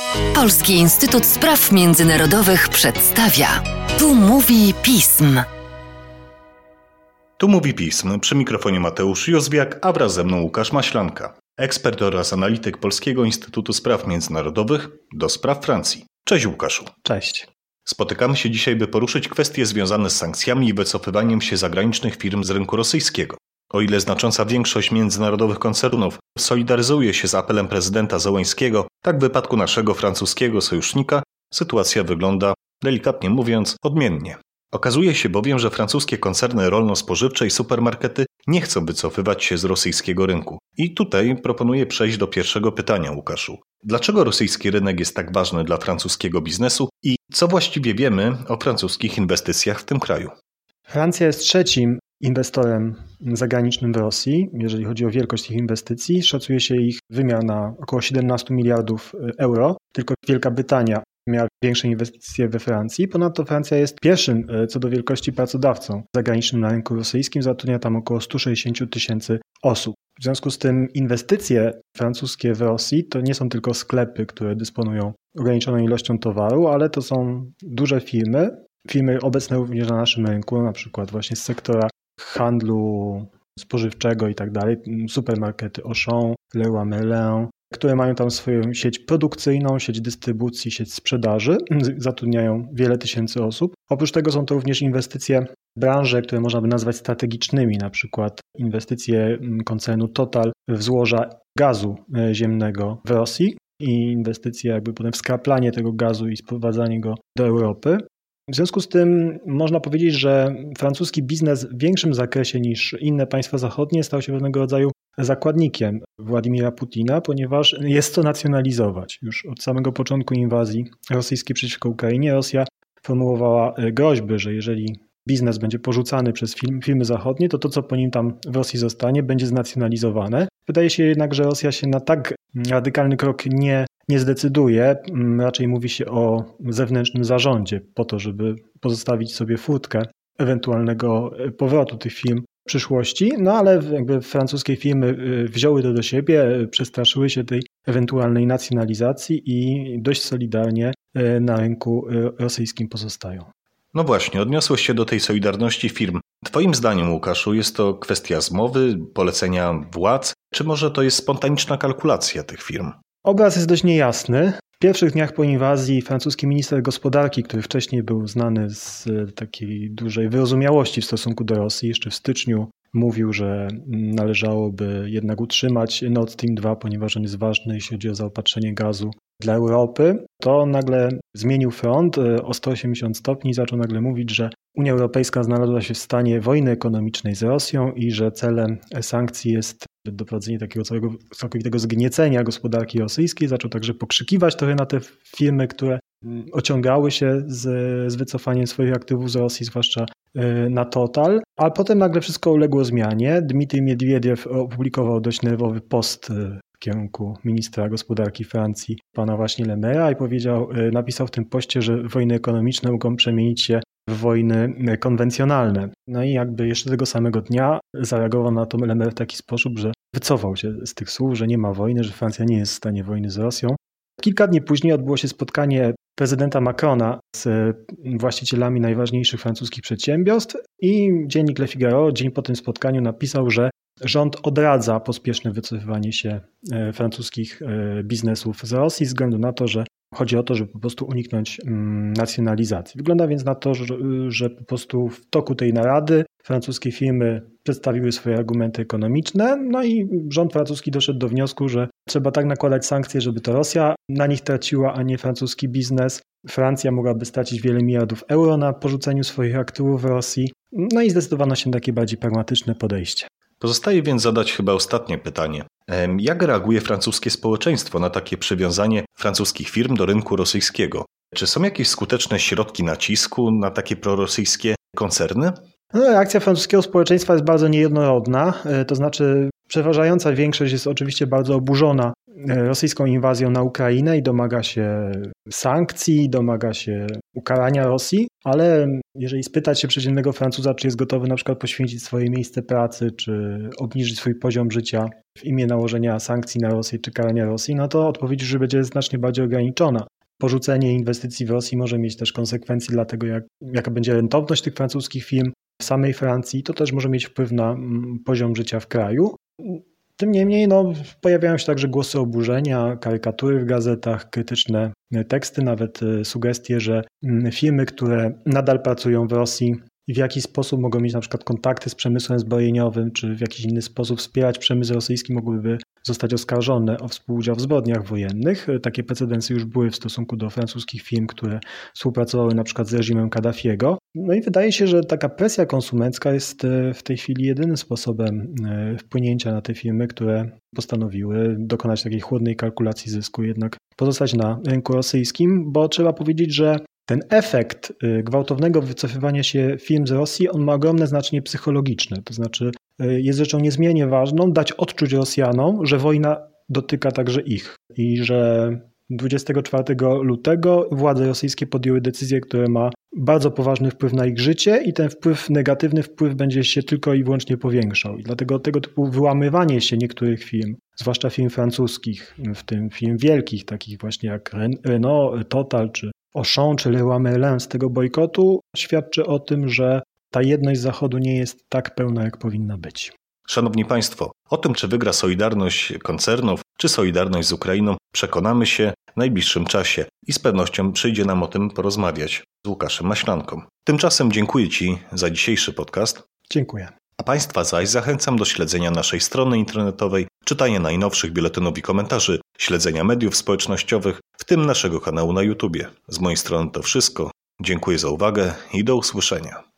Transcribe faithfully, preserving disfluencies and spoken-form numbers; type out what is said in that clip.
Polski Instytut Spraw Międzynarodowych przedstawia. Tu mówi pism. Tu mówi pism. Przy mikrofonie Mateusz Józwiak, a wraz ze mną Łukasz Maślanka, ekspert oraz analityk Polskiego Instytutu Spraw Międzynarodowych do spraw Francji. Cześć Łukaszu. Cześć. Spotykamy się dzisiaj, by poruszyć kwestie związane z sankcjami i wycofywaniem się zagranicznych firm z rynku rosyjskiego. O ile znacząca większość międzynarodowych koncernów solidaryzuje się z apelem prezydenta Zełenskiego, tak w wypadku naszego francuskiego sojusznika sytuacja wygląda, delikatnie mówiąc, odmiennie. Okazuje się bowiem, że francuskie koncerny rolno-spożywcze i supermarkety nie chcą wycofywać się z rosyjskiego rynku. I tutaj proponuję przejść do pierwszego pytania, Łukaszu. Dlaczego rosyjski rynek jest tak ważny dla francuskiego biznesu i co właściwie wiemy o francuskich inwestycjach w tym kraju? Francja jest trzecim inwestorem zagranicznym w Rosji, jeżeli chodzi o wielkość tych inwestycji. Szacuje się ich wymiar na około siedemnaście miliardów euro. Tylko Wielka Brytania miała większe inwestycje we Francji. Ponadto Francja jest pierwszym co do wielkości pracodawcą zagranicznym na rynku rosyjskim. Zatrudnia tam około sto sześćdziesiąt tysięcy osób. W związku z tym inwestycje francuskie w Rosji to nie są tylko sklepy, które dysponują ograniczoną ilością towaru, ale to są duże firmy, firmy obecne również na naszym rynku, na przykład właśnie z sektora handlu spożywczego i tak dalej, supermarkety Auchan, Leroy Merlin, które mają tam swoją sieć produkcyjną, sieć dystrybucji, sieć sprzedaży, zatrudniają wiele tysięcy osób. Oprócz tego są to również inwestycje w branże, które można by nazwać strategicznymi, na przykład inwestycje koncernu Total w złoża gazu ziemnego w Rosji i inwestycje jakby potem w skraplanie tego gazu i sprowadzanie go do Europy. W związku z tym można powiedzieć, że francuski biznes w większym zakresie niż inne państwa zachodnie stał się pewnego rodzaju zakładnikiem Władimira Putina, ponieważ jest to nacjonalizować. Już od samego początku inwazji rosyjskiej przeciwko Ukrainie Rosja formułowała groźby, że jeżeli biznes będzie porzucany przez firmy zachodnie, to to, co po nim tam w Rosji zostanie, będzie znacjonalizowane. Wydaje się jednak, że Rosja się na tak radykalny krok nie nie zdecyduje. Raczej mówi się o zewnętrznym zarządzie po to, żeby pozostawić sobie furtkę ewentualnego powrotu tych firm w przyszłości, no ale jakby francuskie firmy wzięły to do siebie, przestraszyły się tej ewentualnej nacjonalizacji i dość solidarnie na rynku rosyjskim pozostają. No właśnie, odniosłeś się do tej solidarności firm. Twoim zdaniem, Łukaszu, jest to kwestia zmowy, polecenia władz, czy może to jest spontaniczna kalkulacja tych firm? Obraz jest dość niejasny. W pierwszych dniach po inwazji francuski minister gospodarki, który wcześniej był znany z takiej dużej wyrozumiałości w stosunku do Rosji, jeszcze w styczniu mówił, że należałoby jednak utrzymać Nord Stream dwa, ponieważ on jest ważny, jeśli chodzi o zaopatrzenie gazu dla Europy. To nagle zmienił front o sto osiemdziesiąt stopni i zaczął nagle mówić, że Unia Europejska znalazła się w stanie wojny ekonomicznej z Rosją i że celem sankcji jest doprowadzenie takiego całego, całkowitego zgniecenia gospodarki rosyjskiej. Zaczął także pokrzykiwać trochę na te firmy, które ociągały się z, z wycofaniem swoich aktywów z Rosji, zwłaszcza na Total, a potem nagle wszystko uległo zmianie. Dmitrij Miedwiediew opublikował dość nerwowy post w kierunku ministra gospodarki Francji, pana właśnie Le Maire, i powiedział, napisał w tym poście, że wojny ekonomiczne mogą przemienić się w wojny konwencjonalne. No i jakby jeszcze tego samego dnia zareagował na to Le Maire w taki sposób, że wycofał się z tych słów, że nie ma wojny, że Francja nie jest w stanie wojny z Rosją. Kilka dni później odbyło się spotkanie prezydenta Macrona z właścicielami najważniejszych francuskich przedsiębiorstw i dziennik Le Figaro dzień po tym spotkaniu napisał, że rząd odradza pospieszne wycofywanie się francuskich biznesów z Rosji ze względu na to, że chodzi o to, żeby po prostu uniknąć nacjonalizacji. Wygląda więc na to, że, że po prostu w toku tej narady francuskie firmy przedstawiły swoje argumenty ekonomiczne, no i rząd francuski doszedł do wniosku, że trzeba tak nakładać sankcje, żeby to Rosja na nich traciła, a nie francuski biznes. Francja mogłaby stracić wiele miliardów euro na porzuceniu swoich aktywów w Rosji, no i zdecydowano się na takie bardziej pragmatyczne podejście. Pozostaje więc zadać chyba ostatnie pytanie. Jak reaguje francuskie społeczeństwo na takie przywiązanie francuskich firm do rynku rosyjskiego? Czy są jakieś skuteczne środki nacisku na takie prorosyjskie koncerny? No, reakcja francuskiego społeczeństwa jest bardzo niejednorodna, to znaczy przeważająca większość jest oczywiście bardzo oburzona rosyjską inwazją na Ukrainę i domaga się sankcji, domaga się ukarania Rosji, ale jeżeli spytać się przeciętnego Francuza, czy jest gotowy na przykład poświęcić swoje miejsce pracy, czy obniżyć swój poziom życia w imię nałożenia sankcji na Rosję, czy karania Rosji, no to odpowiedź już będzie znacznie bardziej ograniczona. Porzucenie inwestycji w Rosji może mieć też konsekwencje dla tego, jak, jaka będzie rentowność tych francuskich firm w samej Francji. To też może mieć wpływ na poziom życia w kraju. Tym niemniej no, pojawiają się także głosy oburzenia, karykatury w gazetach, krytyczne teksty, nawet sugestie, że firmy, które nadal pracują w Rosji i w jaki sposób mogą mieć na przykład kontakty z przemysłem zbrojeniowym, czy w jakiś inny sposób wspierać przemysł rosyjski, mogłyby zostać oskarżone o współudział w zbrodniach wojennych. Takie precedensy już były w stosunku do francuskich firm, które współpracowały na przykład z reżimem Kaddafiego. No i wydaje się, że taka presja konsumencka jest w tej chwili jedynym sposobem wpłynięcia na te firmy, które postanowiły dokonać takiej chłodnej kalkulacji zysku, jednak pozostać na rynku rosyjskim, bo trzeba powiedzieć, że ten efekt gwałtownego wycofywania się firm z Rosji, on ma ogromne znaczenie psychologiczne. To znaczy jest rzeczą niezmiernie ważną dać odczuć Rosjanom, że wojna dotyka także ich i że dwudziestego czwartego lutego władze rosyjskie podjęły decyzję, która ma bardzo poważny wpływ na ich życie i ten wpływ, negatywny wpływ będzie się tylko i wyłącznie powiększał. I dlatego tego typu wyłamywanie się niektórych firm, zwłaszcza firm francuskich, w tym firm wielkich, takich właśnie jak Renault, Total czy Auchan czy Leroy Merlin z tego bojkotu, świadczy o tym, że ta jedność Zachodu nie jest tak pełna, jak powinna być. Szanowni Państwo, o tym, czy wygra solidarność koncernów, czy solidarność z Ukrainą, przekonamy się w najbliższym czasie i z pewnością przyjdzie nam o tym porozmawiać z Łukaszem Maślanką. Tymczasem dziękuję Ci za dzisiejszy podcast. Dziękuję. A Państwa zaś zachęcam do śledzenia naszej strony internetowej, czytania najnowszych biuletynów i komentarzy, śledzenia mediów społecznościowych, w tym naszego kanału na YouTubie. Z mojej strony to wszystko. Dziękuję za uwagę i do usłyszenia.